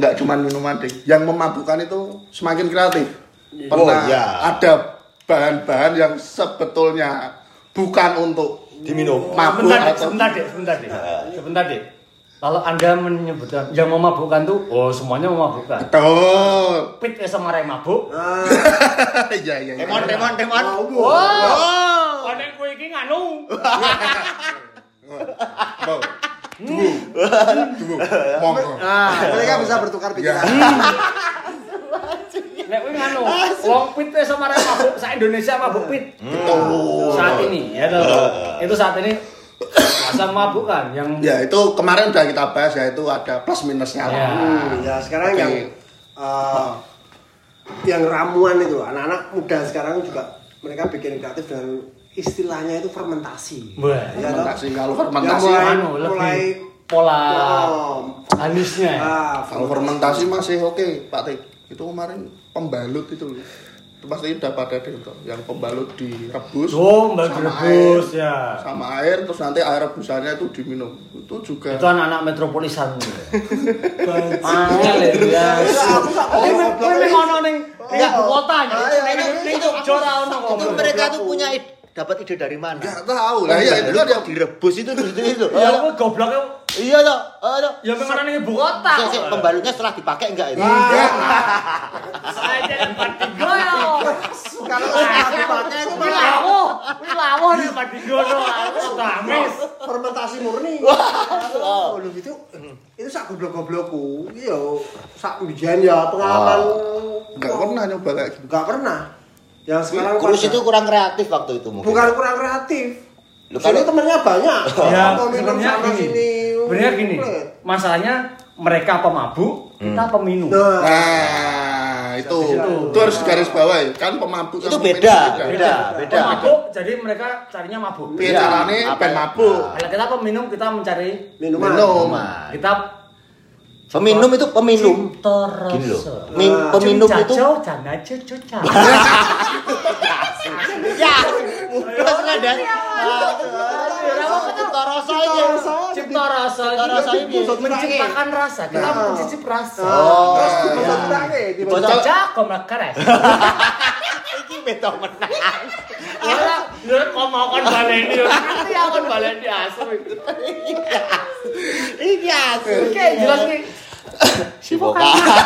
enggak cuma minuman ding. Yang memabukkan itu semakin kreatif. Pernah ada bahan-bahan yang sebetulnya bukan untuk diminum. Mabuk Sebentar deh. Kalau Anda menyebutkan yang memabukkan tuh, semuanya memabukkan. Betul. Pit sama rem mabuk. Iya. Temon. Konek kowe iki nganu. Monggo. Mereka bisa bertukar pikiran. Nek kowe nganu, wong pit sama rem mabuk, Indonesia mabuk pit. Betul. Saat ini ya toh. Itu saat ini masa memabukkan yang itu kemarin udah kita bahas ya, itu ada plus minusnya lah. Ya sekarang yang ramuan itu anak-anak muda sekarang juga mereka bikin kreatif dengan istilahnya itu fermentasi. Fermentasi kalau fermentasi mulai pola halusnya. Kalau fermentasi masih oke, Pak Tik. Itu kemarin pembalut itu pasti udah pada deh tuh, yang pembalut direbus direbus ya sama air, terus nanti air rebusannya itu diminum, itu juga itu anak-anak metropolitan angel ya kowe ngono ning ibu kota ning Jogja ono itu mereka tuh punya dapat ide dari mana? Enggak tahu lah ya, itu kan yang direbus itu ya kowe goblok iya toh ya memang ning ibu kota pembalutnya setelah dipakai enggak itu saya jadi patigo ya kalau dipakai itu lawon ya patigo no gamis fermentasi murni. Lho gitu. Itu sak goblok-goblokku. Iya, sak mbiyen ya pengalaman. Enggak pernah nyoba kayak gitu. Enggak pernah. Yang sekarang terus itu kurang kreatif waktu itu mungkin. Bukan kurang kreatif. Lu kalau temennya banyak. Ya, sebenarnya gini. Masalahnya mereka pemabuk, kita peminum. Nah, itu harus garis bawah ya. Kan pemabuk itu beda. Pemabuk jadi mereka carinya mabuk. Piye carane ben mabuk. Kalau kita peminum kita mencari minuman. Kita peminum itu peminum. Gini loh. Peminum itu jangan cuca. Ya, udah sengaja. Cipta rasa ini menciptakan rasa, kita mencicip rasa. Dibocok komnak keres. Iki beto menang. Ora kok mau kon baleni yo. Nanti akan baleni asu. Iki asu. Oke, jelas ki. Siboka.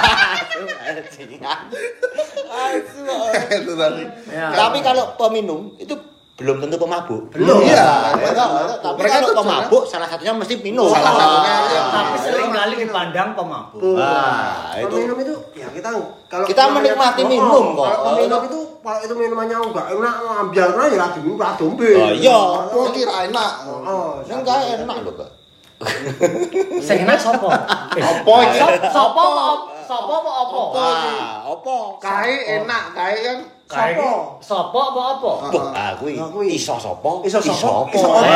Itu tadi. Tapi kalau peminum itu belum tentu pemabuk. Belum. Iya. Tapi kalau pemabuk salah satunya mesti minum. Salah satunya. Tapi sering kali dipandang pemabuk. Itu minum itu ya kalau kita menikmati minum kok. Kalau minum itu kalau itu minumannya enggak enak ambiarnya ya dombe. Oh iya, kok kira enak. Enggak enak loh, Kak. Sing enak sapa? Apa iki? Sapa apa? Apa? Kae enak, kae kan Sapa apa? Kuwi iso sapa? Iso sapa?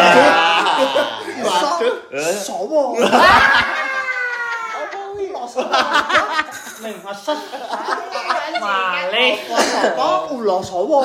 Sopo? Ning maksud malih Sapa ula sawo.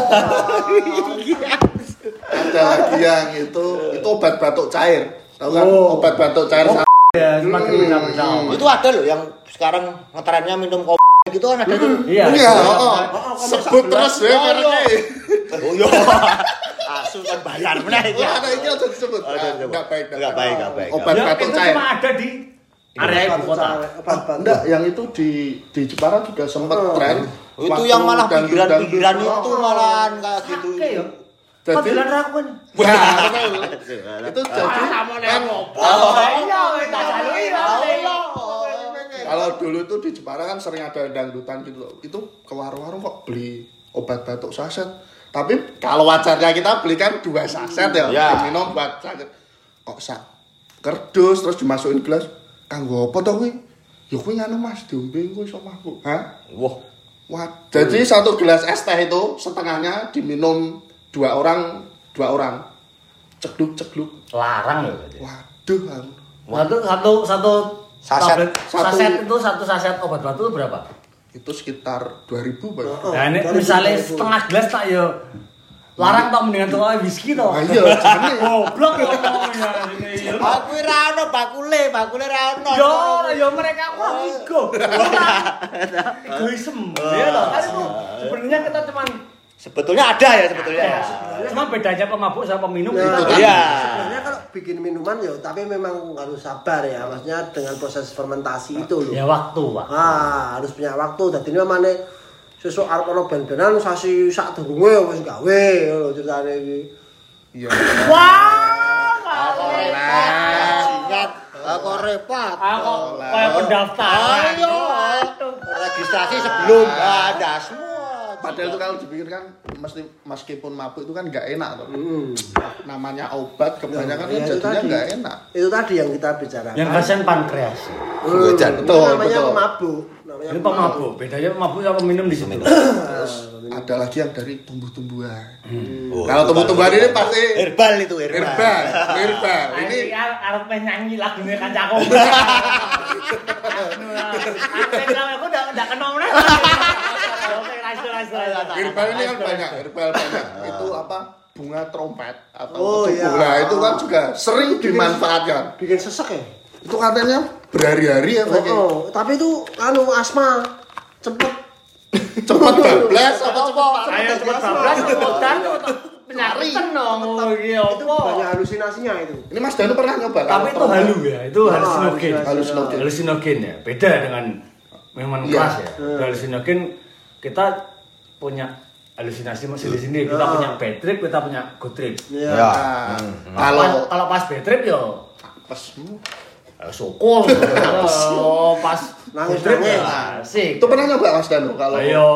ada lagi yang itu obat batuk cair. Tahu kan obat batuk cair ya semakin bertambah. Itu ada loh yang sekarang ngetrennya minum kopi gitu kan ada tuh. Iya. Sebut terus ya mereknya. Oh iya. Asu kan bayar meneh ya. Ada ini aja disebut. Enggak baik. Obat Ya, batuk itu cair. cuma ada di area ibu kota. Enggak, yang itu di Jepara juga sempat tren. Itu yang malah pinggiran-pinggiran itu malahan kayak gitu. Oke ya. Jadi Panggilan rakun. wah, itu jadi kan kalau dulu itu di Jepara kan sering ada dangdutan gitu loh. Itu ke warung-warung kok beli obat batuk saset. Tapi kalau wajarnya kita beli kan 2 saset ya. Minum buat sakit. Kok kerdus terus dimasukin gelas. Kanggo apa to kuwi? Ya kuwi nganu Mas, diombe engko iso mabuk. Hah? Wah, jadi 1 gelas es teh itu setengahnya diminum 2 orang. Cegluk. Larang loh. Waduh. Satu Saset. saset itu satu saset obat batuk itu berapa? Itu sekitar 2.000 Pak. Nah, ini misalnya setengah gelas tak ya larang tak mendingan tuh whisky toh. Iya, jane. Goblok ya ngomongnya ini. Aku ora ono bakule ra ono. Yo mereka kok ego. Egoisme. Ya loh. Kan itu sebenarnya kita cuman Sebetulnya ada ya sebetulnya. Cuma bedanya pemabuk sama peminum Nah, itu. Iya. Sebenarnya kalau bikin minuman ya, tapi memang harus sabar ya. Maksudnya dengan proses fermentasi itu loh. Ya waktu. Harus punya waktu. Dadi ini mamane sesuk arep ono ben-benan sasi sak durunge wis gawe lho ceritane iki. Iya. Wah, Aku repot. Aku kayak pendaftaran. Ayo. Registrasi sebelum ada semua. Padahal itu kalau dipikir kan meskipun mabuk itu kan nggak enak tuh. Namanya obat kebanyakan kan jadinya nggak enak. Itu tadi yang kita bicarakan. Yang kasihan pankreas. Gojan. Betul, Namanya betul. pemabuk. Ini pemabuk. Bedanya pemabuk sama peminum di sini. Terus ada lagi yang dari tumbuh-tumbuhan. Kalau tumbuh-tumbuhan ini pasti herbal itu herbal. Ini Ini arep nyanyi lagunya Kancaku. Aku udah kenal mana. herbal ini kan banyak. Itu apa? Bunga trompet atau Oh, ketubu. iya. Nah, itu kan juga sering dimanfaatkan. Bikin sesek ya? Itu katanya berhari-hari ya pakai. Tapi itu asma cepet Bablas apa cepet? Ayo cepet bablas dan penyakit dong. itu banyak halusinasinya itu. Ini Mas Danu pernah nyoba? Tapi itu halu ya, itu halusinogen. Halusinogen. Halusinogen ya, beda dengan minuman Iya. keras ya. Halusinogen kita punya halusinasi masih di sini. Kita punya bad trip, kita punya good trip. Iya. Ya. Kalau pas bad trip yo Pas sokol. Kalau pas Nangis, good trip nangis. ya asik. itu pernah nyoba Mas Danu kalau Ayo.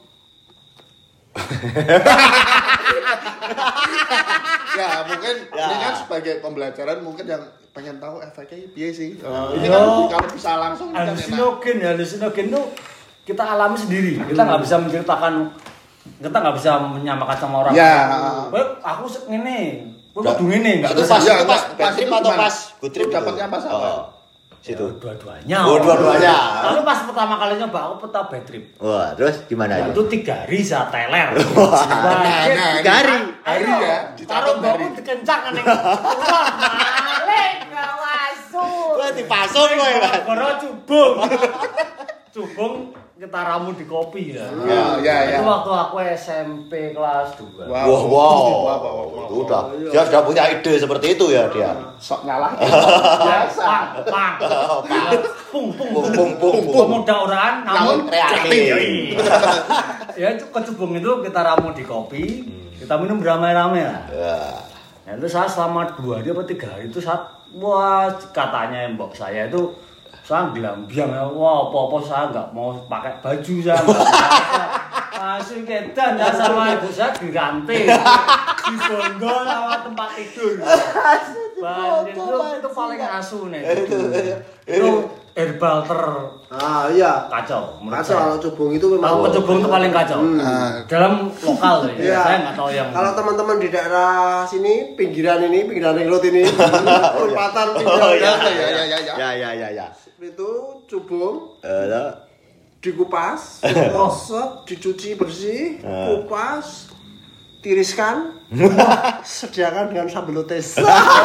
ya mungkin Ya. ini kan sebagai pembelajaran mungkin yang pengen tahu efeknya piye sih. Ini Yo. kan kalau bisa langsung kan enak. Halusinogen itu kita alami sendiri. Kita nggak bisa menceritakan, kita nggak bisa menyamakan sama orang. Ya. Weh, aku ngene, gue kudu ngene, nggak Itu bisa. pas Iya, itu pas enggak. bad trip Itu atau gimana? pas good trip Itu dapatnya pas apa? Situ. Dua-duanya. Oh, dua-duanya. Tapi pas pertama kali nyoba aku peta bad trip. Wah, terus gimana Nah, itu? itu 3 hari saya teler. Nah, 3 hari. Hari ya, Taruh dicatat hari. baku dikencang ning. Balik kawasu. Wah, dipasung kowe, Mas. Gara cubung. Cubung kita ramu di kopi ya. Ya. Itu waktu aku SMP kelas 2. Wow. Itu udah. Dia sudah punya ide seperti itu ya dia. Sok ngalah. Biasa. Pung. Pemuda orang namun kreatif. Ya itu kecubung itu kita ramu di kopi, kita minum beramai-ramai lah. Ya. Nah, itu saya selama 2 hari atau 3 hari itu saat wah katanya mbok saya itu saya gelambiang ya, wah apa-apa saya nggak mau pakai baju saya masih kedan ya sama ibu saya diganti di bonggol sama tempat tidur. Banjir itu paling asu nih. Itu herbal Iya. kacau menurut Kacau kalau saya. cubung itu memang. Kalau kecubung itu paling kacau. Dalam lokal ya. Iya. Saya nggak tahu yang. Kalau teman-teman di daerah sini, pinggiran Ringrot ini, perempatan pinggiran. Ya. Itu cubung Lah. dikupas, digosok, dicuci bersih, kupas, tiriskan, sediakan dengan sambal lotes.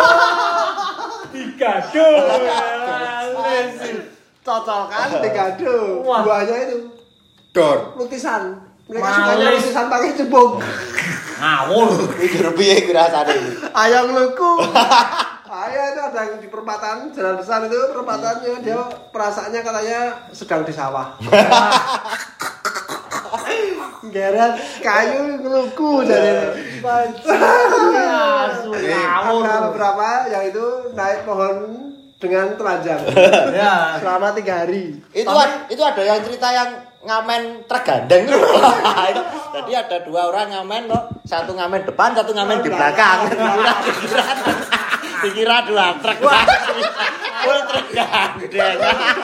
Digado. Cocokkan digado. Wah. Buahnya itu Dor. lutisan. Mereka Males. sukanya lutisan pakai cubung. Ngawur. Mikir piye iki rasane iki? Ayam luku. Ayo itu ada yang di perempatan jalan besar itu perempatannya dia perasaannya katanya sedang di sawah. Geret kayu ngeluku jadi Asu ngawur. ada beberapa yang itu naik pohon dengan telanjang Ya. selama 3 hari. Itu ada yang cerita yang ngamen tergandeng itu. Jadi ada 2 orang ngamen kok, satu ngamen depan, satu ngamen di belakang. Dikira 2 truk. Full tergandeng.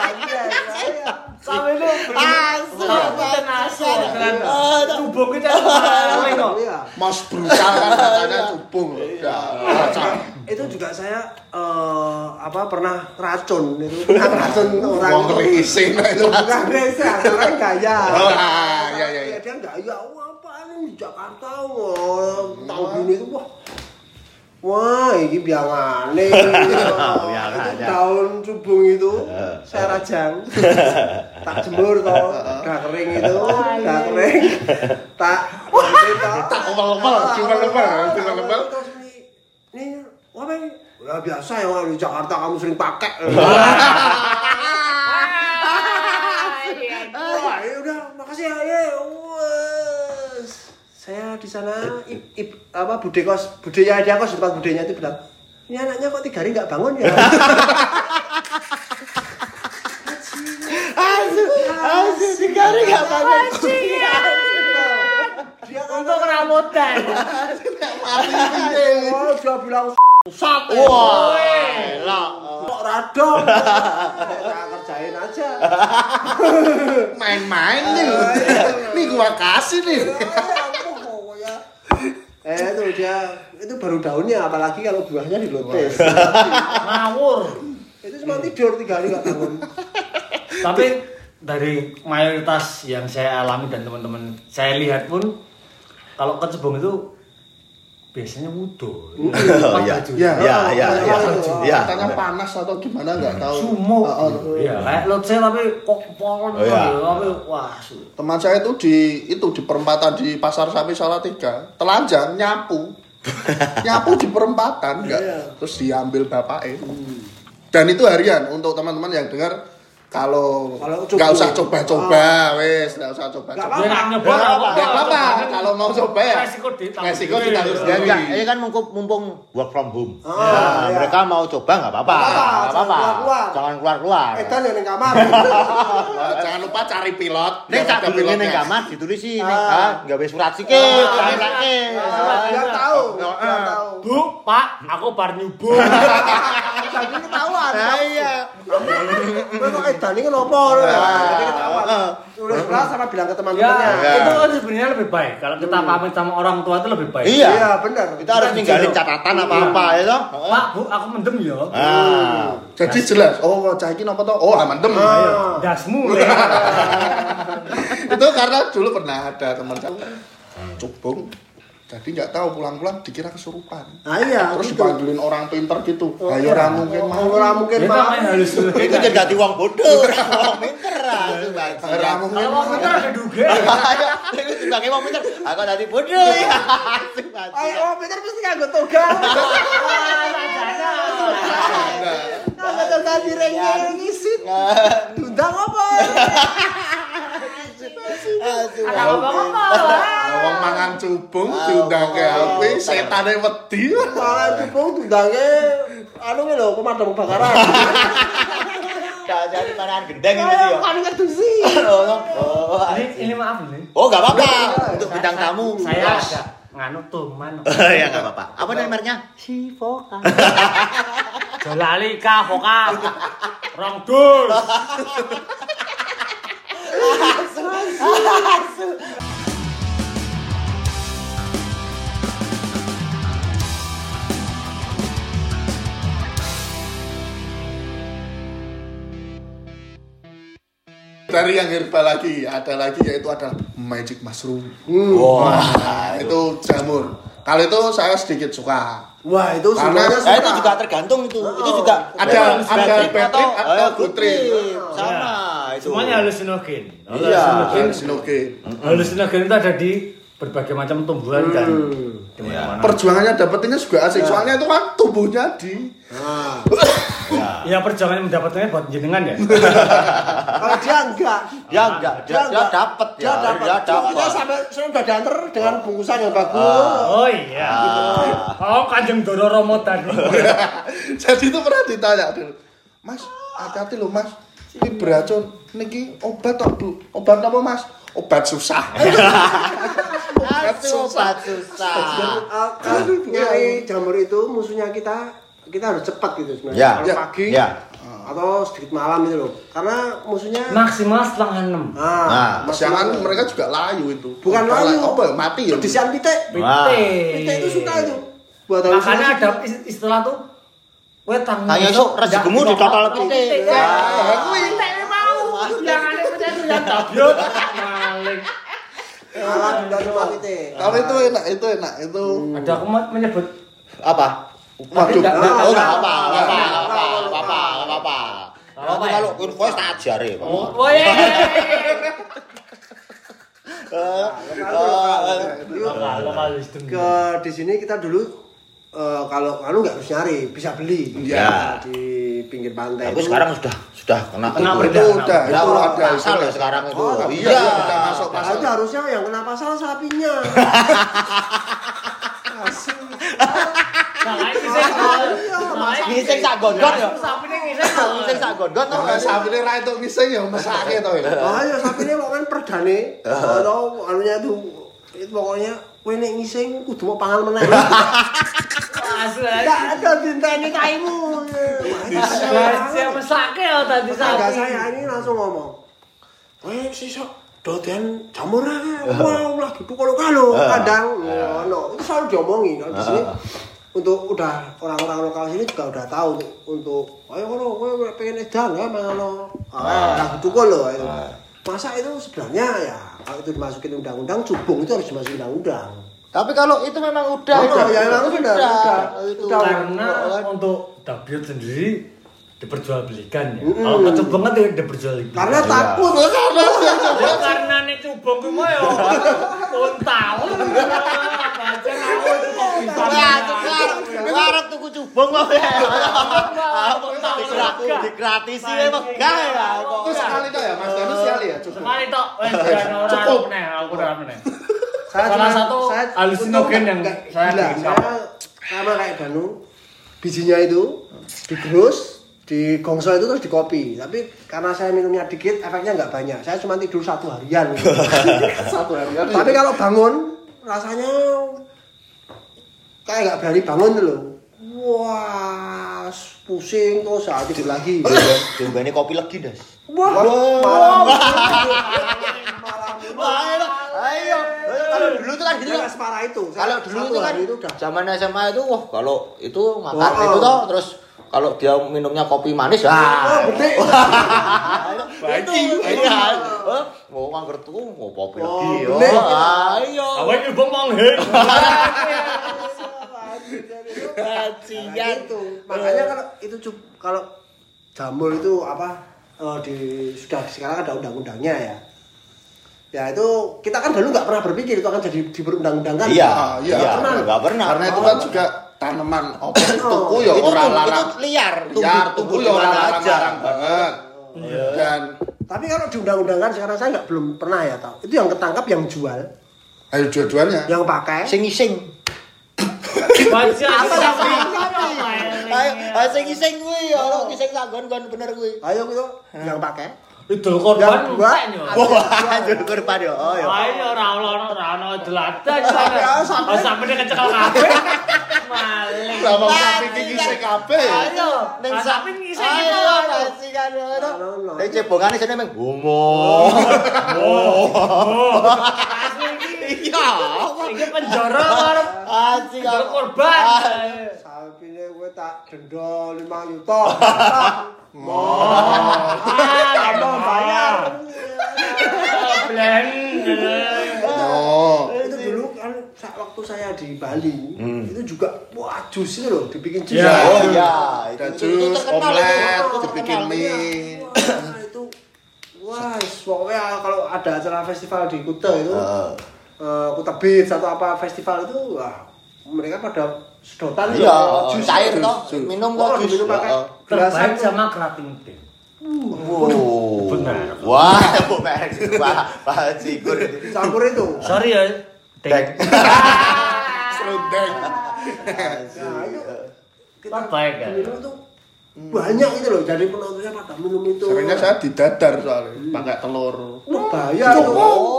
Sama itu Asu. asu. Cubung kita paling kok. Iya. Mas brutal kan katanya cubung. Ya. Itu juga saya pernah racun itu racun orang Wong racing itu. bukan rese orang gaya. Iya. Dia gaya wah apaan di Jakarta wah tahun gini itu wah Wah, ini biangane. Biangane. Daun cubung itu saya rajang. Tak jemur toh, udah kering itu, udah kering. Tak Lempel. Ini apa ini? Ya biasa ya di Jakarta kamu sering pakai. Wah, ya udah, makasih ya. Saya di sana budenya dia kos tempat budenya itu bilang, ini anaknya kok 3 hari nggak bangun ya? Asyik 3 hari nggak bangun. Dia Untuk rambutan. dia bilang Wah, lah. kok radong. Nah, kerjain aja. Main-main nih. Nih gua kasih nih. Itu itu baru daunnya, apalagi kalau buahnya dilotes. Ngawur. Itu cuma tidur 3 hari nggak bangun. Tapi dari mayoritas yang saya alami dan teman-teman saya lihat pun kalau kecebong itu biasanya wudhu. Ya. Katanya panas atau gimana nggak tahu. Sumo. Iya, kayak lotse tapi kok pol. Tapi wah. Teman saya itu di perempatan di Pasar Sapi Salatiga, telanjang nyapu di perempatan terus diambil bapaknya. Dan itu harian untuk teman-teman yang dengar. Kalau nggak usah coba-coba, nggak usah coba-coba. Nggak apa-apa. Kalau mau coba ya resiko ditanggung sendiri. Ini kan mumpung work from home. Mereka mau coba nggak apa-apa. Jangan keluar. Edan yang di kamar. Jangan lupa cari pilot. Nek tak bilangin ning kamar ditulisi gawe surat sikit. Biar tahu. Bu, Pak, aku bar nyubuh. Jadi ketahuan. Iya. Kok edan ini kenapa? Jadi ketahuan. Udah sebelah sama bilang ke teman-temannya. Itu kan sebenarnya lebih baik. Kalau kita pamit sama orang tua itu lebih baik. Iya, benar. Kita harus ninggalin catatan apa-apa ya toh. Pak, Bu, aku mendem ya. Jadi jelas. Oh, cah iki napa to? Oh, mendem. Dasmu. Itu karena dulu pernah ada teman saya cubung. Jadi nggak tahu pulang-pulang dikira kesurupan. Terus dipanggilin orang pinter gitu. Ayo ora mungkin mau. Ora mungkin Pak. Itu jadi dadi wong bodoh, wong pinter Ora mungkin. Kalau wong pinter ada duga. Ayo, itu sebagai wong pinter. Aku dadi bodoh ya. Ayo, pinter mesti nganggo toga. Nganggo toga direng ngisit. Dundang apa? Wong mangan cubung diundangke api, setane wedi. Mangan cubung diundangke anu ki lho, pemadam kebakaran. Jadi mangan gendeng itu ya. Kan ngedusi. Ini maaf nih. Oh, enggak apa-apa. Untuk bintang tamu. Saya agak nganu tuman. Ya enggak apa-apa. Apa namanya? Sifoka. Jolalika Foka. Rong dus. Dari yang herbal lagi, ada lagi yaitu adalah magic mushroom. Wah, itu jamur. Kalau itu saya sedikit suka. Wah, itu Karena sebenarnya itu juga tergantung itu. Itu juga ada bad trip atau good trip. Sama itu. Semuanya halusinogen. Hallusinogen. Halusinogen itu ada di berbagai macam tumbuhan dan di mana-mana. Perjuangannya dapetinnya juga asik. Soalnya itu kan tubuhnya di Ya perjuangan mendapatkannya buat jenengan ya. kalau dia enggak. Dia dapat ya. Dia Dia dapat. sampai udah diantar dengan bungkusan yang bagus. Oh iya. Oh Kanjeng Doro Romo tadi. Jadi itu pernah ditanya dulu, Mas, hati-hati loh Mas, ini beracun, niki obat toh Bu, obat apa Mas? Obat susah. Obat susah. Nyai jamur itu musuhnya kita harus cepat gitu sebenarnya. Kalau pagi atau sedikit malam itu loh. Karena musuhnya Maksimal setengah 6. Kesiangan mereka juga layu itu. Bukan layu. Apa mati ya? Disian pitik. Pitik itu suka itu. Buat Makanya ada istilah tuh wetang. Kayak esuk rezekimu ditotol pitik. Pitik mau. Jangan ada pitik itu yang tabyut. Maling. Malah tidak cuma pitik. Tapi itu enak. Itu Ada aku menyebut Apa? Waduh. Enggak apa-apa. Kalau voice tak ajari. Oh iya. Ke di sini kita dulu kalau nggak harus nyari, bisa beli di pinggir pantai. Tapi sekarang sudah kena itu udah ada pasal ya sekarang itu. Iya, udah masuk pasal. Itu harusnya yang kena pasal sapinya. Ngising sak gon-gon ya. Ngising sak gon-gon to. Sapine ra entuk ngising ya mesake to ya. Oh iya sapine pokoke perdane. Atau anunya itu pokoknya kowe nek ngising kudu mau pangan meneh. Enggak ada dinteni kaimu. Saya mesake ya tadi Enggak saya ini langsung ngomong. Kowe sesuk doden jamur ae. Wah, lagi tukul-tukul kadang ngono. Itu selalu diomongin kalau di sini. Untuk udah orang-orang lokal sini juga udah tahu untuk ayo kono kowe pengen edan ya mangono. Lagi tukul loh itu. Masa itu sebenarnya ya kalau itu dimasukin undang-undang cubung itu harus dimasukin undang-undang. Tapi kalau itu memang udah ya memang sudah. Karena untuk tabir sendiri diperjualbelikan ya. Kalau kecubung kan tidak diperjualbelikan. Karena takut karena nek cubung ku mo yo pun tahu. Baca aku kok bisa. Arep tuku cubung kok. Digratisi megah ya. Itu sekali tok ya Mas Danu sekali ya cukup. Sekali tok wis cukup meneh aku ora meneh. Salah satu halusinogen yang saya bikin. Sama kayak Danu bijinya itu digerus di gongso itu terus dikopi, tapi karena saya minumnya dikit efeknya nggak banyak, saya cuma tidur 1 harian gitu. 1 harian. Tapi kalau bangun rasanya kayak nggak berani bangun tuh loh. Wah pusing terus saat tidur lagi. Jombane kopi legi Das. Wah Ayo, kalau dulu tuh kan gitu. Separah itu. Kalau dulu itu kan udah. zaman SMA itu wah kalau itu makan itu toh terus kalau dia minumnya kopi manis gede. Itu iya. Mau angger tuku mau kopi lagi. Ayo. Awake bong manghen. Bajingan itu. Makanya kalau jamur itu apa sudah sekarang ada undang-undangnya ya. Ya itu kita kan dulu nggak pernah berpikir itu akan jadi diperundang-undangkan. Iya, nggak pernah. Karena itu kan juga tanaman tuku ya ora larang. Itu liar, tuku ya ora larang banget. Dan tapi kalau diundang-undangkan sekarang saya belum pernah ya tahu. Itu yang ketangkap yang jual. Ayo dua-duanya. Yang pakai. Sing ngising. Ayo sing ngising kuwi ya, ngising sagon-gon bener kuwi. Ayo gitu, yang pakai. Idul korban enggak. Wah, idul korban yo. Oh ya. Ayo ora ono deladan sampe kecekel kabeh. Maling. Sama sapi ngising kabeh. Ayo, ning sapi ngising itu. Nasi kan ngono. Nek cebongane sene meng ngomong. Iya. Iki penjara arep Asik korban. Sapine kowe tak denda 5 juta. Abang bayar. Blen. Itu dulu kan waktu saya di Bali, itu juga wah jus itu loh, dibikin jus. Iya, ada jus, omelet, dibikin mie. Itu wah, pokoknya kalau ada acara festival di Kuta itu, Kuta Beach atau apa festival itu, wah mereka pada sedotan jus cair toh, minum kok jus pakai terbaik sama kerating teh. Wow. Benar. Wah, merek itu Pak Cikur itu. campur itu. Sorry ya. Dek. Serundeng. Nah, itu kita Baik kan. minum itu banyak itu loh, jadi penontonnya pada minum itu. Seringnya saya didadar soalnya, pakai telur. Bahaya itu.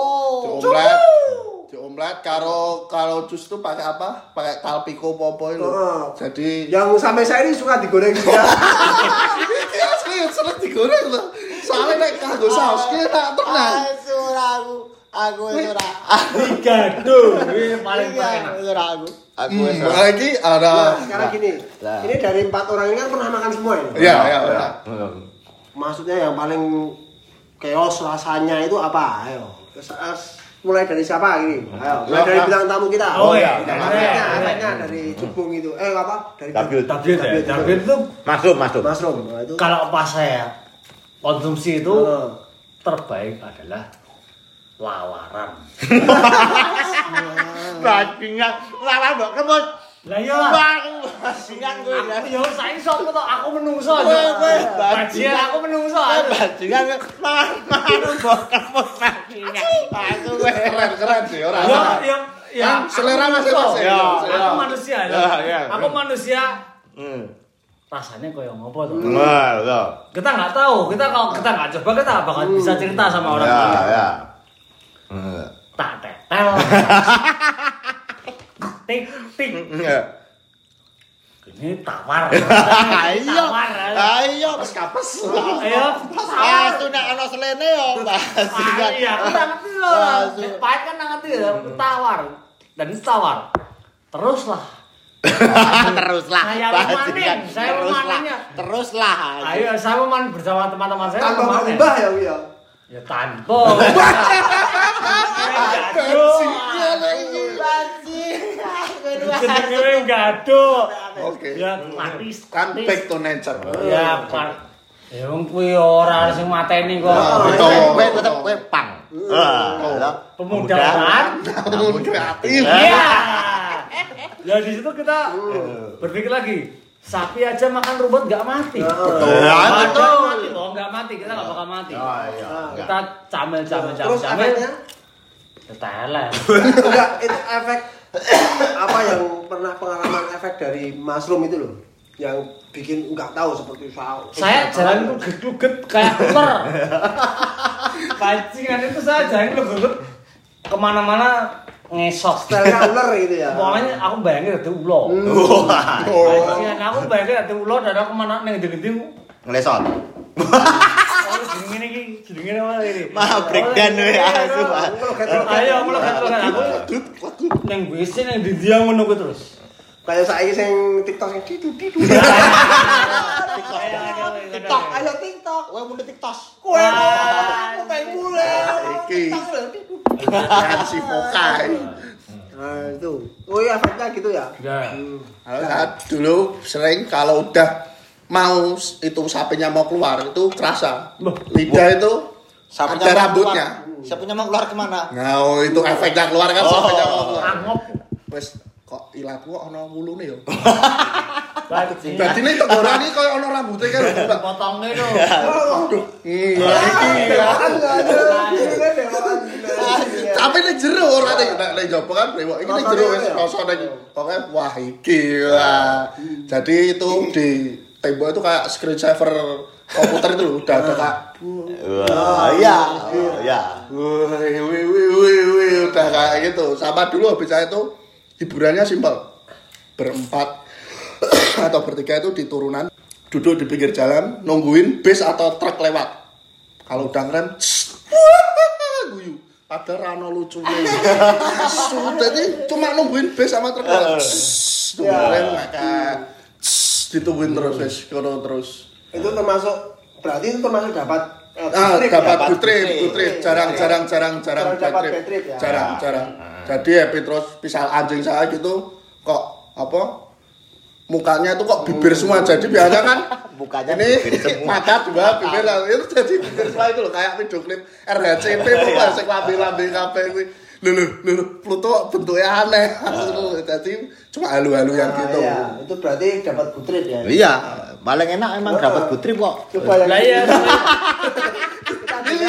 Diomelet kalau jus itu pakai apa? Pakai kalpiko popo itu. Jadi yang sampai saya ini suka digoreng juga. iya sering digoreng loh. Soalnya nek kanggo saus ki tak tenang. Aku ora. Digado, ini paling enak. Aku Lagi ada. Sekarang gini. Ini dari 4 orang ini kan pernah makan semua ini. Iya. Maksudnya yang paling chaos rasanya itu apa? Ayo. mulai dari siapa ini? Ayo, mulai dari bintang tamu kita. Oh iya. Efeknya dari Cubung itu. Apa? Dari Tablet itu Mushroom. Nah, itu. kalau pas saya konsumsi itu terbaik adalah lawaran. Bajingan lawan mbok kemut. Lah iya. Bajingan kowe. Yo saiki sok to aku menungso aja. Bajingan aku menungso. Bajingan mbok kemut bajingan. Aku kowe Keren sih ora. Ya, selera masing-masing. Aku manusia ya. Aku manusia. Rasanya koyo ngopo to? Wah, Kita nggak tahu. Kalau kita nggak coba kita bakal bisa cerita sama orang lain. Ya. Tak tetel. Tik. Ini tawar. Ayo, kapes. Ayo. Asu nek ana selene yo, Mbak. Iya, aku tak ngerti loh. Pahit kan tak ngerti ya, tawar. Dan itu tawar. Teruslah. Saya memanennya. Teruslah. Ayo, saya memanen bersama teman-teman saya. Tanpa mengubah ya, Wi. Ya tanpa. Jenenge gaduh. Oke. Ya mati. Kan back to nature. Ya, ya wong kuwi ora sing mateni kok. Kowe tetep kowe pang. Pemuda kreatif. Iya. Ya di situ kita berpikir lagi, sapi aja makan rumput nggak mati. Betul. Mati loh, nggak mati, kita nggak bakal mati. Iya. Kita camel. Terus efeknya? Tetelan. Enggak, itu efek apa yang pernah pengalaman efek dari mushroom itu loh, yang bikin nggak tahu seperti Saya jalan itu geduget kayak ular. Pancingan itu saya jalan geduget kemana-mana ngesot. Stylenya ular gitu ya. Pokoknya aku bayangin ada ulo. Pancingan aku bayangin ada ulo dan aku kemana neng-neng Ngelesot. Jenenge apa iki? Mah breakdown we asu. Ayo melekat aku. Neng WC neng ndi ngono ku terus. Kayak saiki sing TikTok sing didu. TikTok. Ayo TikTok. Kowe mun TikTok. Kowe aku pengen mulai. Iki. Si Fokai. Nah, itu. Oh iya, efeknya gitu ya. Dulu sering kalau udah mau itu sapinya mau keluar itu kerasa lidah itu ada rambutnya. Sapinya mau keluar kemana? Nah, itu efeknya keluar kan sapinya mau keluar. Angop. Wes kok ilatku ana wulune yo. Dadi Dadine tok gorani koyo ana rambute kan potongnya itu. Waduh. Tapi nek jero ora nek njaba kan brewok iki nek jero wis rasa nek pokoke wah iki. Jadi itu di tembok itu kayak screen saver komputer itu udah ada kak. Wah, iya. Udah kayak gitu. Sama dulu habis saya itu hiburannya simpel. Berempat atau bertiga itu di turunan, duduk di pinggir jalan, nungguin bis atau truk lewat. Kalau udah ngerem, guyu. Padahal rano lucunya. Jadi cuma nungguin bis sama truk lewat. Nungguin ngakak. Ditungguin terus wes kono terus. Itu termasuk berarti itu termasuk dapat dapat good trip. Jarang dapat bad trip ya. Jarang. Jadi happy terus pisah anjing saya gitu kok apa mukanya tuh kok bibir semua. Jadi biasa kan mukanya ini mata dua bibir itu jadi bibir semua itu loh kayak video klip RHCP pokoknya sing lambe-lambe kabeh kuwi. Lho, Pluto bentuknya aneh. Jadi cuma halu-halu yang gitu. Iya, itu berarti dapat good trip ya. Iya, paling enak emang dapat good trip kok. Coba yang Lah iya. ini.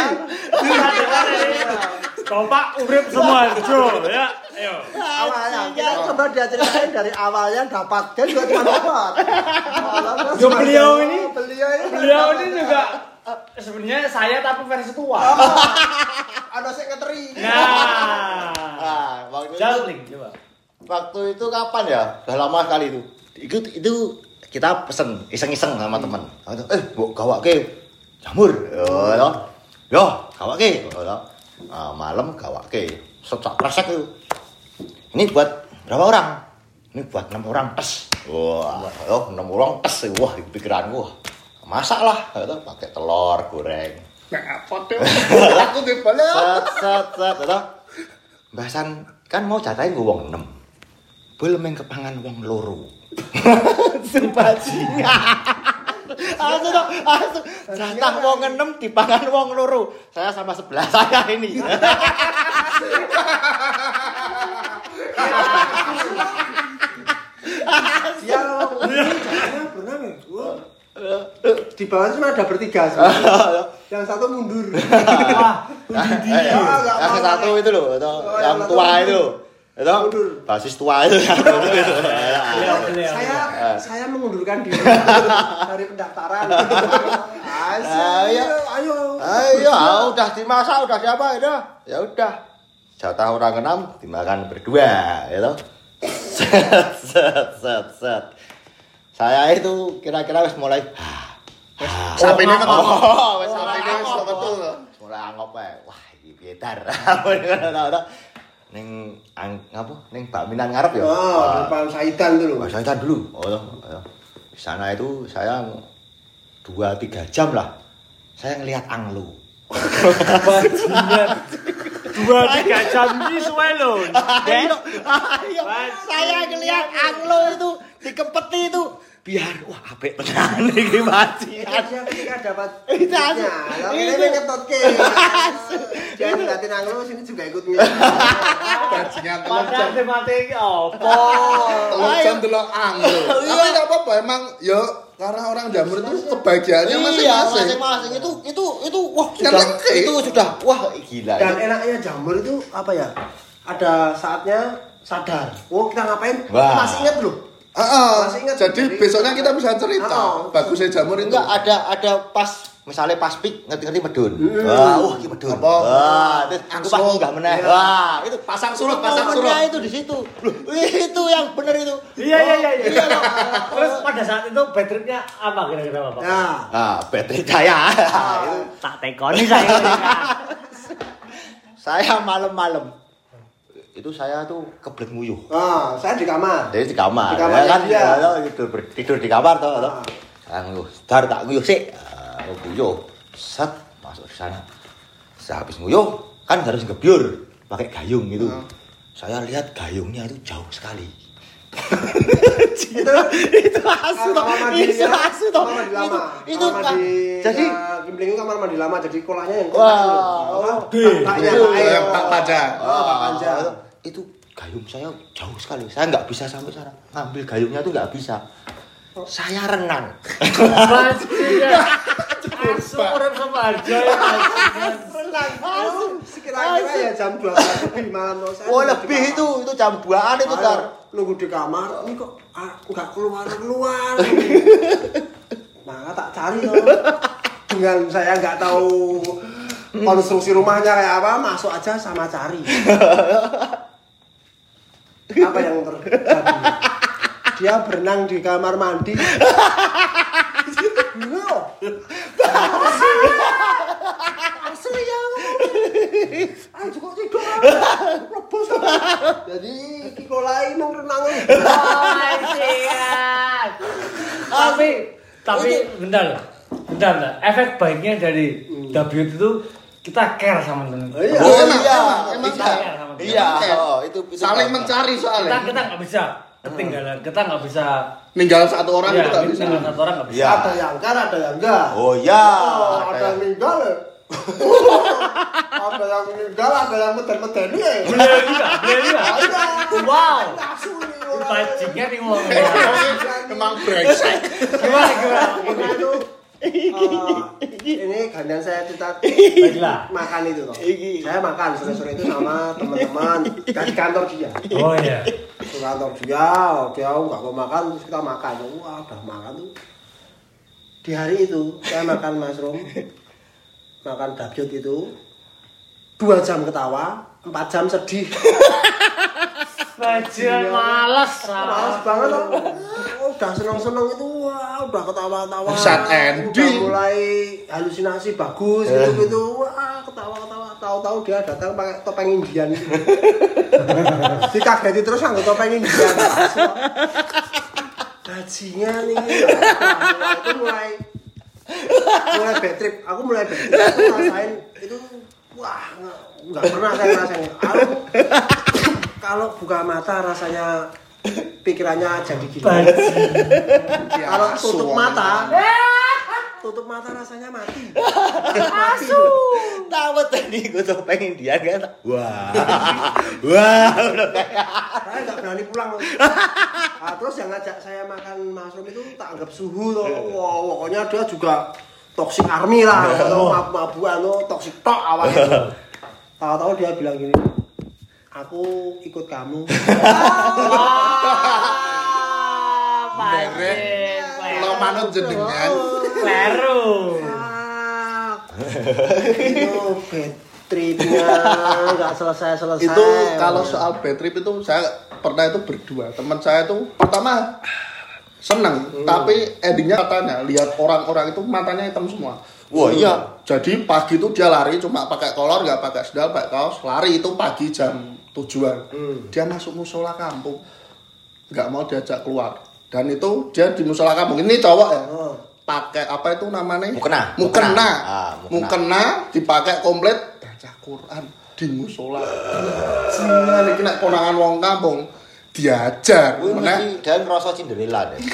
Kompak urip semua, Jo, ya. Ayo. Awalnya kita coba dia ceritain dari awalnya dapat dia juga cuma dapat. Jo beliau ini juga sebenarnya saya tapi versi tua. Ada sing ngeteri. Nah, waktu Jalling coba. Waktu itu kapan ya? Udah lama sekali itu. Itu kita pesen iseng-iseng sama teman. Mbok gawake jamur. Yo, gawake. Malam gawake. Secak kresek itu. Ini buat berapa orang? Ini buat 6 orang tes. Wah, 6 orang tes. Wah, pikiranku. Masak lah, pakai telur goreng. Nah, apa tuh? Aku dibalik. Set. Mbasan kan mau jatahin gue wong 6. Belum yang kepangan wong loro. Sebajingan. Asu. Jatah wong 6 dipangan wong loro. Saya sama sebelah saya ini. Dia pernah nih. Di bawah itu ada bertiga sih. Yang satu mundur. Wah, yang satu itu loh, yang tua itu. Itu basis tua itu. Saya mengundurkan diri dari pendaftaran. Ayo, udah dimasak, udah siapa itu? Ya udah. Jatah orang 6 dimakan berdua, ya toh. Set. Saya itu kira-kira wis mulai sampai ini sampai ini betul. Mulai angop wae. Wah, iki piye dar. Ning apa? Ning Bakminan ngarep ya. Oh, depan Saidan dulu. Pak Saidan dulu. Oh, di sana itu saya 2-3 jam lah. Saya ngelihat anglo. Bajingan. 2-3 jam ini suwe lho. Saya ngelihat anglo itu dikepeti itu biar wah apik tenan iki bajingan. Ketika dapat itu ini ketotke. Jangan ngeliatin anglo sini juga ikut nih. Bajingan Padahal mati iki opo? Telur delok anglo. Tapi enggak apa-apa emang ya karena orang Jamur itu kebahagiaannya masing-masing. Itu wah itu sudah wah gila. Dan enaknya Jamur itu apa ya? Ada saatnya sadar. Oh, kita ngapain? Masih ingat loh. Masih ingat. Jadi besoknya kita bisa cerita. Bagusnya Jamur itu. Enggak ada pas misalnya pas pik ngerti-ngerti medun. Wah, iki medun. Apa? Itu pas enggak meneh. Wah, itu pasang surut. Itu di situ. Loh, itu yang benar itu. Iya. Terus pada saat itu baterainya apa kira-kira Bapak? Nah, baterai saya. Tak tekoni saya. Saya malam-malam itu saya tuh kebelet nguyuh. Saya di kamar. Jadi di kamar. Di kamar kan dia. Tidur di kamar toh. Nguyuh. Tak nguyuh sik. Nguyuh. Set masuk di sana. Habis nguyuh kan harus ngebyur pakai gayung gitu. Saya lihat gayungnya itu jauh sekali. itu asu toh. Itu kan. Jadi Gimbling itu kamar mandi lama jadi kolanya yang Pak Panja. Pak Panja. Itu gayung saya jauh sekali. Saya nggak bisa sampai sana. Ngambil gayungnya tuh nggak bisa. Saya renang. Asu urip sama aja ya. Renang. Sekira-kira ya jam 12 lebih malam. Oh lebih itu jam 2-an itu Tar. Nunggu di kamar, ini kok nggak keluar. Nah, tak cari loh. Dengan saya nggak tahu konstruksi rumahnya kayak apa, masuk aja sama cari. Apa yang terjadi? Dia berenang di kamar mandi. Asli ya. Ayo kok tidur. Lebos. Jadi kiko lain nang renang. Tapi bentar. Efek baiknya dari W itu kita care sama teman. Emang iya. Itu saling mencari soalnya. Kita nggak bisa ketinggalan. Kita nggak bisa ninggal satu orang itu nggak bisa. Ninggal satu orang nggak bisa. Ada yang kan, ada yang enggak. Oh iya. Ada yang meninggal. Ada yang meninggal, ada yang meden-meden ya. Bener juga. Wow. Bajingnya nih ngomong. Emang brengsek. Gimana? Ini gantian saya cerita Baiklah. makan itu loh. Saya makan sore-sore itu sama teman-teman dari kantor dia. Oh iya. Ke kantor dia nggak mau makan, terus kita makan. Wah, udah makan tuh. Di hari itu saya makan mushroom, makan dabyut itu 2 jam ketawa, 4 jam sedih. Bajingan malas banget loh. Udah seneng-seneng itu, wah udah ketawa-tawa. Sad ending. Udah mulai halusinasi bagus gitu. Wah ketawa-ketawa. Tahu-tahu dia datang pakai topeng Indian. Dikageti terus nganggo topeng Indian. Bajingan ini. Itu mulai bad trip. Aku mulai bad trip. Aku rasain itu wah nggak pernah saya ngerasain. Kalau buka mata rasanya pikirannya jadi gila. Kalau tutup mata rasanya mati. Asu. Tahu tadi gue tuh pengen dia kan. Wah. Saya nggak berani pulang. Nah, terus yang ngajak saya makan mushroom itu tak anggap suhu tuh. Wah, pokoknya dia juga toxic army lah. Atau mabuk-mabukan tuh toxic tok awalnya. Tahu-tahu dia bilang gini, aku ikut kamu. Lo manut jenengan. Kleru. Itu bad tripnya nggak selesai. Itu kalau soal bad trip itu saya pernah itu berdua. Teman saya itu pertama seneng, tapi endingnya katanya lihat orang-orang itu matanya hitam semua. Wah iya. Jadi pagi itu dia lari cuma pakai kolor, nggak pakai sendal, pakai kaos. Lari itu pagi jam 7-an. Dia masuk musola kampung, nggak mau diajak keluar. Dan itu dia di musola kampung. Ini cowok ya. Pakai apa itu namanya? Mukena dipakai komplit baca Quran di musola. Sini kena konangan wong kampung diajar. Meneh dan merasa Cinderella deh.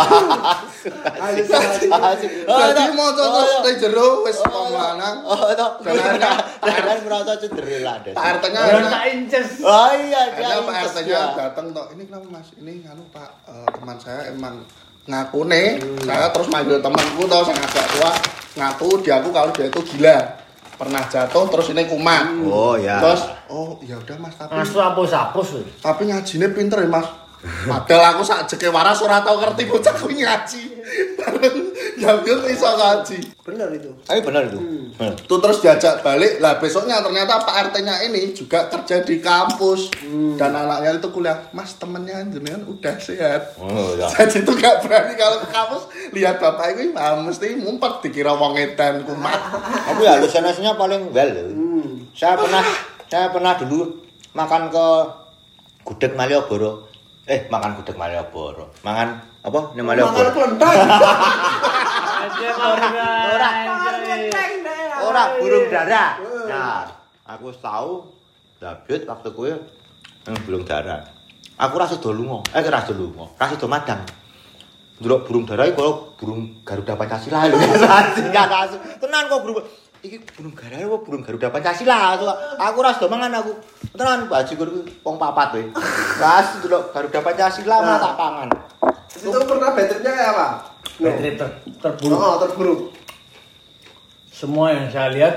Jadi mau contoh dari jero wis lanang. Dan merasa Cinderella deh. Pak RT-nya Inces. Oh iya, dia Pak RT-nya datang toh. Ini kenapa Mas? Ini nganu Pak, teman saya emang ngaku nih. Saya terus manggil temanku toh saya ngajak tua ngaku dia aku kalau dia itu gila. Pernah jatuh terus ini kumat. Oh ya. Terus ya udah Mas tapi Hapus. Tapi ngajine pinter ya Mas. Padahal aku sak jeke waras ora tau ngerti bocah kuwi ngaji. Bareng nyambut iso ngaji. Benar itu. Ayo benar itu. Tuh terus diajak balik. Lah besoknya ternyata Pak RT-nya ini juga kerja di kampus. Dan anaknya itu kuliah. Mas temennya jenengan udah sehat. Oh ya. Jadi itu gak berani kalau ke kampus lihat bapak itu mesti ngumpet dikira wong edan kumat. Aku ya halusinasinya paling well. Saya pernah dulu makan ke Gudeg Malioboro. Makan Gudeg Malioboro. Mangan apa? Ning Malioboro. Makan kelenteng. Ora burung dara. Nah, aku tahu David waktu kuwi nang burung dara. Aku ra sedo lunga. Ra sedo madang. Ndelok burung dara iki kaya burung Garuda Pancasila lho. Tenan kok burung iki burung dara apa burung Garuda Pancasila. Aku ra sedo mangan aku. Tenan bajiku wong papat kowe. Gas ndelok Garuda Pancasila malah tak pangan. Itu pernah bad tripnya kayak apa? Bad trip terburuk. Terburuk. Semua yang saya lihat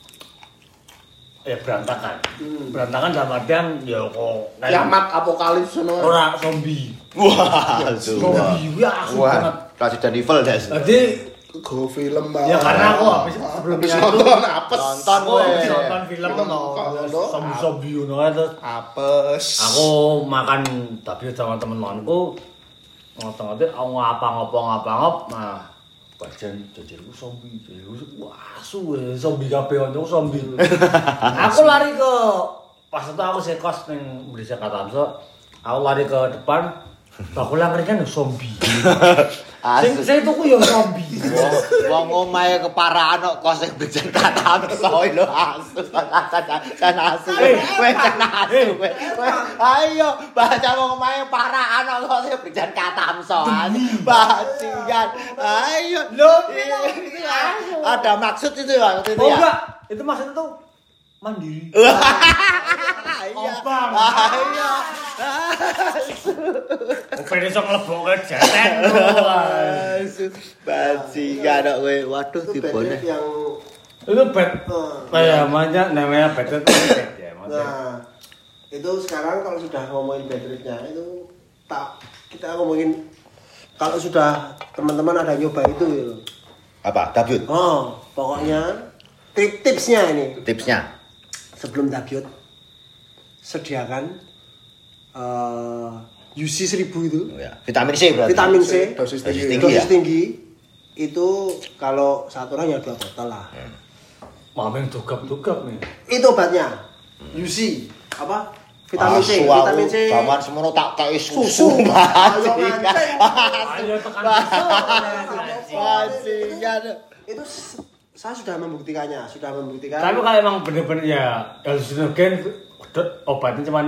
ya berantakan. Berantakan dalam artian ya kok Kiamat apokalips ngono. ora zombie. Wah, Zombie ya asu banget. Resident Evil deh. Jadi Go film Bang. ya karena aku sebelumnya itu nonton apes. aku habis nonton film zombie ngono itu. Apes. Aku makan tapi sama teman-temanku ngotot-ngotot ngapa-ngapa nah bagian jajarku zombie. Wah, zombie kabeh ono zombie. Aku lari ke pas itu aku sekos ning Desa Katamso. Aku lari ke depan bakulan kan zombie. Saya tuku yo zombie. Wong omahe keparahan kok kos sing bejen Katamso lho asu. Jan asu. Kowe jan asu kowe. Ayo baca wong omahe parahan kok sing bejen Katamso. Bajingan. Ayo lho ada maksud itu ya waktu itu ya. Enggak, itu maksudnya tuh mandiri. Iya. Ayo. Opene iso nglebokke jeten lho. Bajingan kok kowe. Waduh dibone. Itu bed. Namanya bed itu bed ya. Nah, itu sekarang kalau sudah ngomongin bad tripnya itu kita ngomongin kalau sudah teman-teman ada nyoba itu ya. Apa? Dabyut. Pokoknya tipsnya ini. Tipsnya. Sebelum dabyut sediakan UC 1000 itu. Ya, vitamin C berarti. Vitamin C Dosis tinggi. Itu kalau satu orang ya 2 botol lah. Mameng dugap-dugap nih. Itu obatnya. UC apa? Vitamin C. Vitamin C. Zaman semono tak kei susu. Ayo tekan Itu saya sudah membuktikannya. Tapi kalau emang bener-bener ya halusinogen obatnya cuman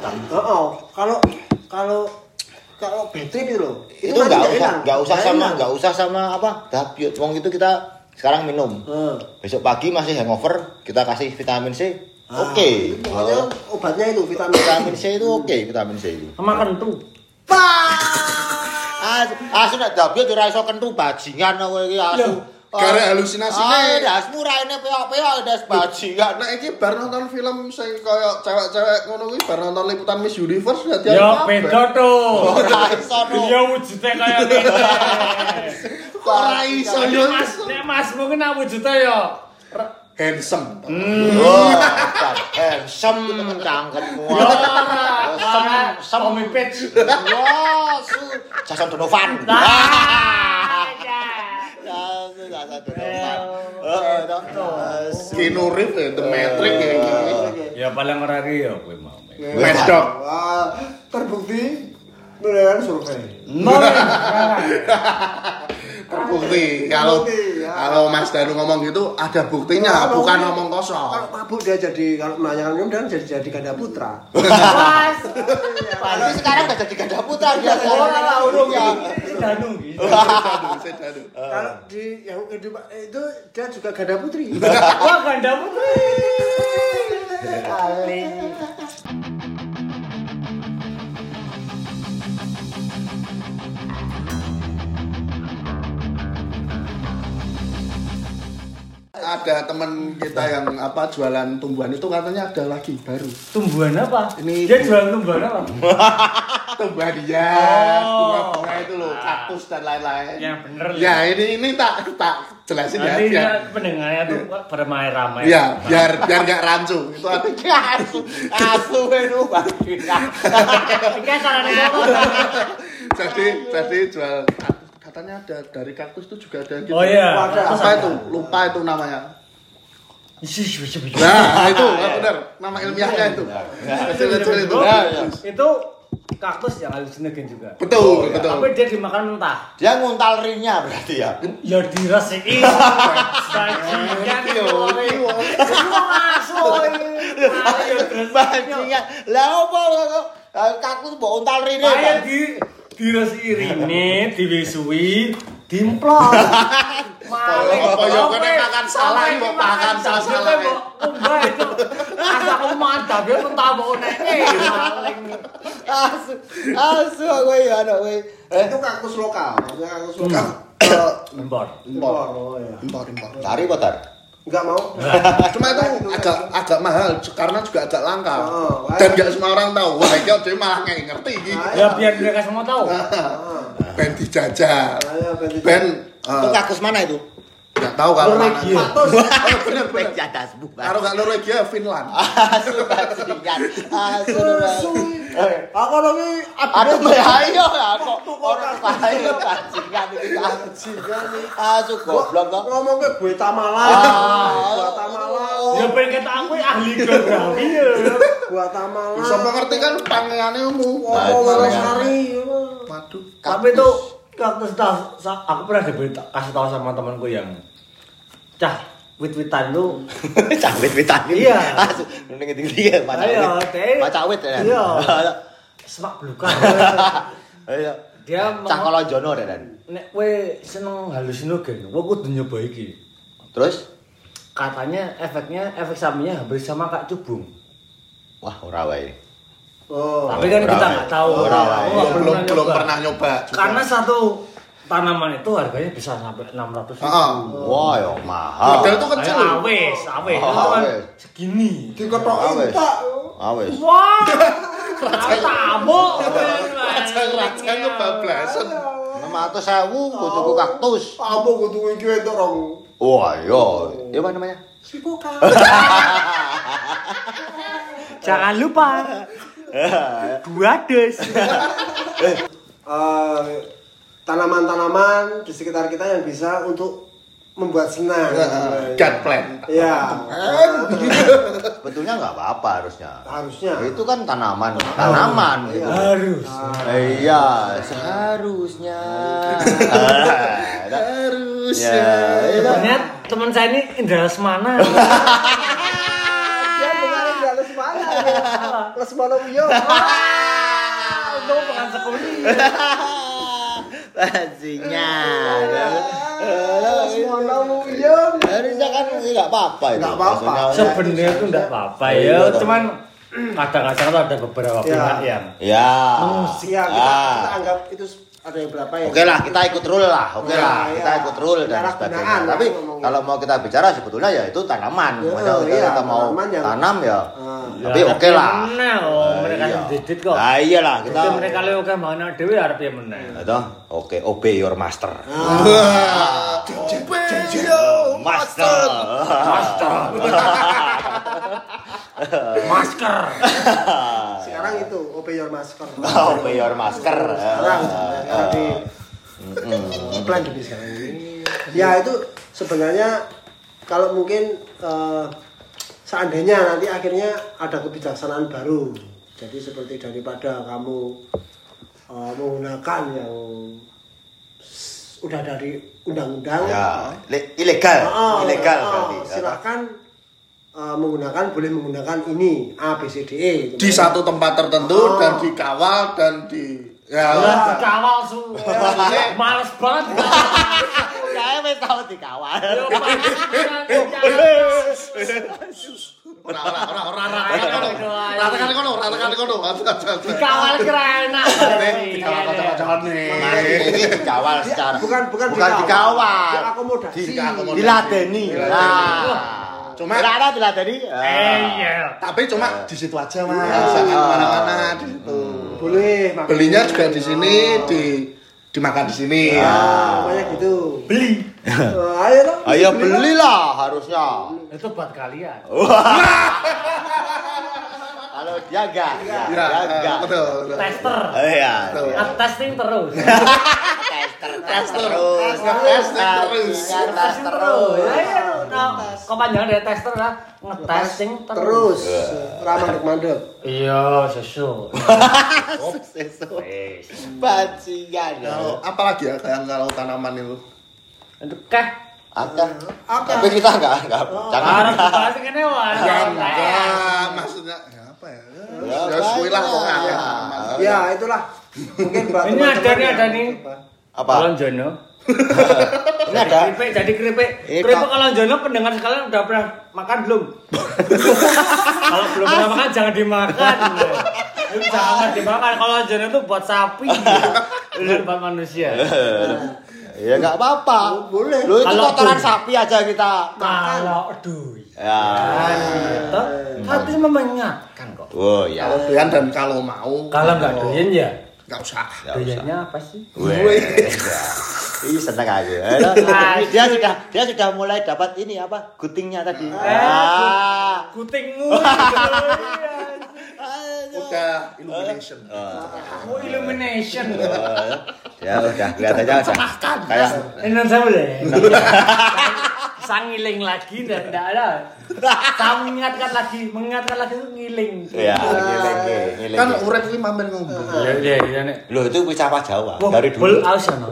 kalau betrip itu loh. Itu enggak usah sama apa? Dabiut. Wong itu kita sekarang minum. Besok pagi masih hangover, kita kasih vitamin C. Oke. Pokoknya obatnya itu vitamin C itu oke, vitamin C itu. Makan tuh. Asu nek dabiut ora iso kentu bajingan kowe iki asu. Gara halusinasine. Dasmu raine peok-peok das bajingan. Nek iki bar nonton film sing kaya cewek-cewek ngono kuwi bar nonton liputan Miss Universe dadi ya beda tuh. Ora iso to. Ya wujude kaya ngene. Ora iso yo. Nek masmu ki nak wujude ya handsome. Handsome cangkemmu. Tommy Page. Wah, Jason Donovan. Keanu Reeves The Matrix ya iki. Ya paling ora ki ya kowe mau. Medok. Terbukti beneran survei. Terbukti kalau Mas Danu ngomong gitu ada buktinya, bukan ngomong kosong. Kalau mabuk dia kalau menanyakan minum dan jadi ganda putra. Mas. Tapi sekarang udah jadi ganda putra dia. Ora urung ya. Danu gitu. Kalau di yang kedua itu dia juga ganda putri. Wah, ganda putri. Kali. Ada teman kita yang jualan tumbuhan itu katanya ada lagi baru. Tumbuhan apa? Ini dia jualan tumbuhan apa? Tumbuhan hias, bunga-bunga itu loh, kaktus dan lain-lain. Ya bener. Ya ini tak jelasin ya. Nanti pendengarnya tuh beramai-ramai. Ya biar nggak rancu. Itu asu itu bagian. Kan caranya apa? Jadi jual katanya ada dari kaktus itu juga ada gitu. Oh iya. Apa itu? Lupa itu namanya. Nah, itu benar. Nama ilmiahnya itu. Kecil-kecil itu. Itu kaktus yang halusinogen juga. Betul. Tapi dia dimakan mentah. Dia nguntal rinya berarti ya. Ya diresikin. Bajingan yo. Bajingan. Lah opo kaktus mbok untal rine. Ayo diresi rine, diwisui, dimplok. Apa yo kene makan salah kok makan salah. Mbak itu asa aku mantap ya mentah mbok neke. Asu kowe ya anak kowe. Itu kaktus lokal. Impor. Oh iya. Impor. Tari apa tar? Enggak mau. Cuma itu agak mahal karena juga agak langka. Dan enggak semua orang tahu. Wah, iki dhewe malah ngerti iki. Ya biar mereka semua tahu. Ben dijajal. Ben itu kaktus mana itu? Enggak tahu kalau Norwegia. Bener. Karo enggak Norwegia, Finland. Asu bajingan. Asu. Aku lagi aduh ayo ya kok orang ayo bajingan iki bajingan. Asu goblok kok. ngomong ke gue Tamalan. Ya pengen kata aku ahli geografi ya. Gua Tamalan. Bisa mengerti kan pangeane umum. Lestari. Waduh. Tapi itu kaktus aku pernah kasih tahu sama temanku yang wit-witan lu. Wit-witan. Iya. Asu ning ndi ya maca wit ya. Iya. Semak belukar. Iya. Dia cah kolonjono dan. Nek kowe seneng halusinogen, kowe kudu nyoba iki. Terus katanya efek sampingnya hampir sama kayak cubung. Wah, ora wae. Oh. Tapi kan kita enggak tahu. Belum pernah nyoba. Karena satu tanaman itu harganya bisa sampai 600.000. Wah, yo mahal. Modal itu kecil. Awes. Itu kan segini. Dikotokin tak. Awes. Wah. Tamu. Raja kebablasan. 600.000 kudu kaktus. Apa kudu iki entuk rong. Wah, yo. Ya apa namanya? Sipoka. Jangan lupa. Buades. Tanaman-tanaman di sekitar kita yang bisa untuk membuat senang. God plant. Iya. Betulnya nggak apa-apa harusnya. Harusnya. Itu kan tanaman. Iya. Harus. Iya, seharusnya. Sebenarnya teman saya ini Indra Lesmana. Dia bukan Indra Lesmana. Lesmana Uyo. Untung bukan sekuni. Bajingan. Lesmana Uyo. Harusnya kan enggak apa-apa itu. Enggak apa-apa. Sebenarnya itu enggak apa-apa ya, cuman kadang-kadang tuh ada beberapa pihak yang mengusik. Ya, kita anggap itu ada yang berapa ya? Oke lah, kita ikut rule lah. Oke lah, kita ikut rule dan sebagainya. Tapi kalau mau kita bicara sebetulnya ya itu tanaman. Maksudnya kita mau tanam ya. Tapi oke lah. Mereka didit kok. Ah iyalah kita. Mereka lewat ke mana dewi arep ya meneh. Itu oke, obey your master. Master. Masker. Sekarang itu obey your masker. Obey your masker. Sekarang di plan jadi sekarang ini. Ya itu sebenarnya kalau mungkin seandainya nanti akhirnya ada kebijaksanaan baru. Jadi seperti daripada kamu menggunakan yang udah dari undang-undang ya ilegal berarti. Silakan boleh menggunakan ini A B C D E di satu tempat tertentu dan dikawal dan dikawal semua. Males banget. Saya wis tau dikawal. Dikawal kira enak. Dikawal secara bukan dikawal. Diakomodasi. Diladeni. Cuma ada diladeni. Iya. Tapi cuma di situ aja Mas. Jangan mana-mana di situ. Boleh. Belinya juga di sini, dimakan di sini. Pokoknya gitu. Beli. Ayo belilah harusnya. Itu buat kalian. Kalau dia enggak. Betul. Tester. Iya. Testing terus. Tes terus. Kepanjangan dari tester lah, ngetesting terus. Ramandek-mandek. Iya, sesu. Bajingan. Apalagi ya kayak kalau tanaman itu. Itu kah? Tapi kita enggak. Jangan harus dibahas kan ya, Wan. Enggak, maksudnya apa ya? Ya suwilah kok ya. Ya, itulah. Mungkin buat ini ada nih. Apa? Kalonjono. Ini ada jadi keripik. Keripik Kalonjono pendengar sekalian udah pernah makan belum? Kalau belum pernah makan jangan dimakan. Jangan dimakan. Kalonjono itu buat sapi. Buat manusia. Ya enggak apa-apa. Boleh. Lu itu kotoran sapi aja kita makan. Kalau aduh. Ya. Tapi mengingatkan kok. Oh ya. Kalau doyan dan kalau mau. Kalau enggak doyan ya enggak usah. doyannya apa sih? Ih seneng aja. Dia sudah mulai dapat ini apa? Gutingnya tadi. Gutingmu. Udah illumination. Oh, illumination. Ya udah kelihatannya udah kayak Ini saya boleh. Sang ngiling lagi dan enggak ada. Sang mengingatkan lagi itu ngiling. ya ngiling. Kan urip kuwi mampir ngomong. Iya nek. Loh itu ucapan Jawa dari dulu. Bol ausono.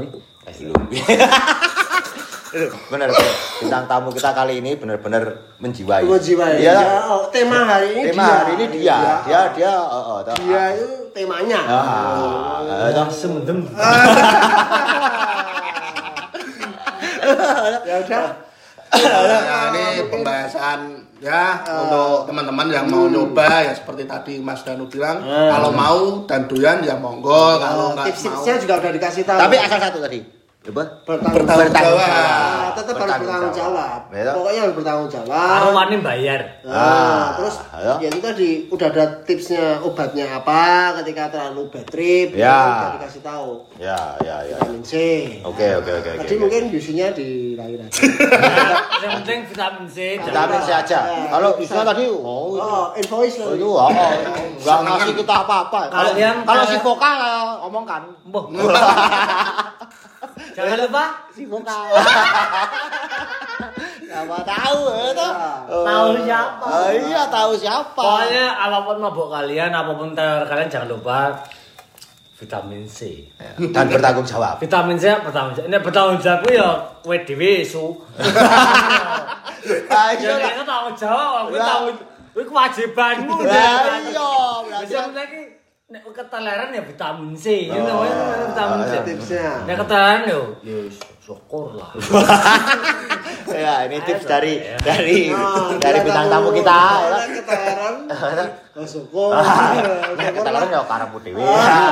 Benar. Bintang tamu kita kali ini benar-benar menjiwai. Iya. Tema hari ini dia. Dia itu temanya. Semendem. Ya udah. Nah, ini pembahasan ya untuk teman-teman yang mau nyoba ya seperti tadi Mas Danu bilang kalau mau dan doyan ya monggo kalau enggak mau. Tips-tipsnya juga udah dikasih tahu. Tapi asal satu tadi. Coba bertanggung jawab. Tetap harus bertanggung jawab. Pokoknya harus bertanggung jawab. Kalau wani bayar. Terus ya itu tadi udah ada tipsnya obatnya apa ketika terlalu bad trip. Ya. Udah dikasih tahu. Ya. Vitamin C. Oke. Tadi mungkin UC-nya di lahir aja. Yang penting vitamin C. Vitamin C aja. Kalau isinya tadi invoice lah. itu enggak ngasih kita apa-apa. Kalau si vokal omongkan. Mbah. Jangan lupa Si vokal. Siapa tahu itu. tahu siapa. Iya, tahu siapa. Pokoknya apapun mabuk kalian, apapun teror kalian jangan lupa vitamin C. Dan bertanggung jawab. Vitamin C. Ini bertanggung jawab ya kowe dhewe su. Ayo Ya nek tanggung jawab kuwi kewajibanmu. Iya, berarti lagi nek keteleran ya vitamin C. Ini namanya vitamin C. Tipsnya. Nek keteleran yo syukur lah. Ya, ini tips dari bintang tamu kita. Keteleran. Syukur. Keteleran ya karepmu dhewe.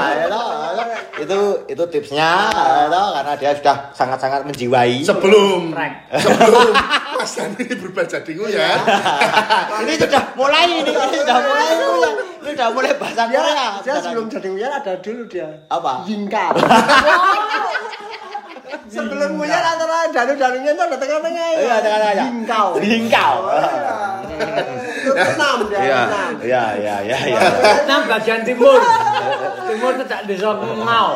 Itu tipsnya karena dia sudah sangat-sangat menjiwai. Sebelum Mas Dani berubah jadi nguyar. Ini sudah mulai Ini sudah mulai bahasa Korea. Dia sebelum jadi nguyar ada dulu dia. Apa? Yingkar. Sebelum nguyar antara danu-danunya itu ada tengah-tengah ya. Iya, tengah-tengah. Hingkau. Enam dia. Iya. Vietnam bagian timur. Timur itu tak desa Ngau.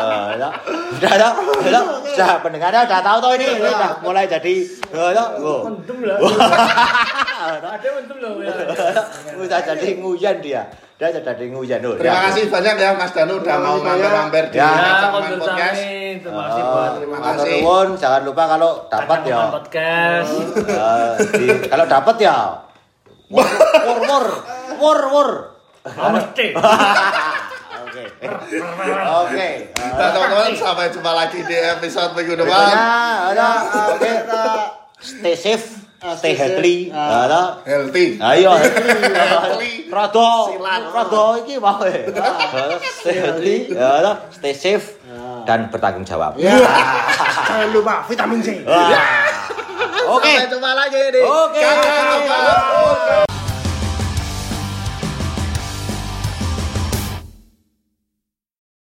Sudah pendengarnya sudah tahu toh ini sudah mulai jadi Mendem lah. Ada mendem loh ya. Sudah jadi nguyen dia. Dia sudah jadi nguyen loh. Terima kasih banyak ya Mas Danu udah mau mampir-mampir di Cakeman Podcast. Terima kasih buat terima kasih. Jangan lupa kalau dapat ya. Podcast. Kalau dapat ya. Wor. Oke. Mesti. Oke. Nah, teman-teman sampai jumpa lagi di episode minggu depan. Oke. Stay safe, stay healthy. Healthy. Ayo. Healthy. Rada iki wae. Stay healthy, stay safe dan bertanggung jawab. Jangan lupa vitamin C. Oke. Sampai jumpa lagi di Oke. Cakeman Podcast.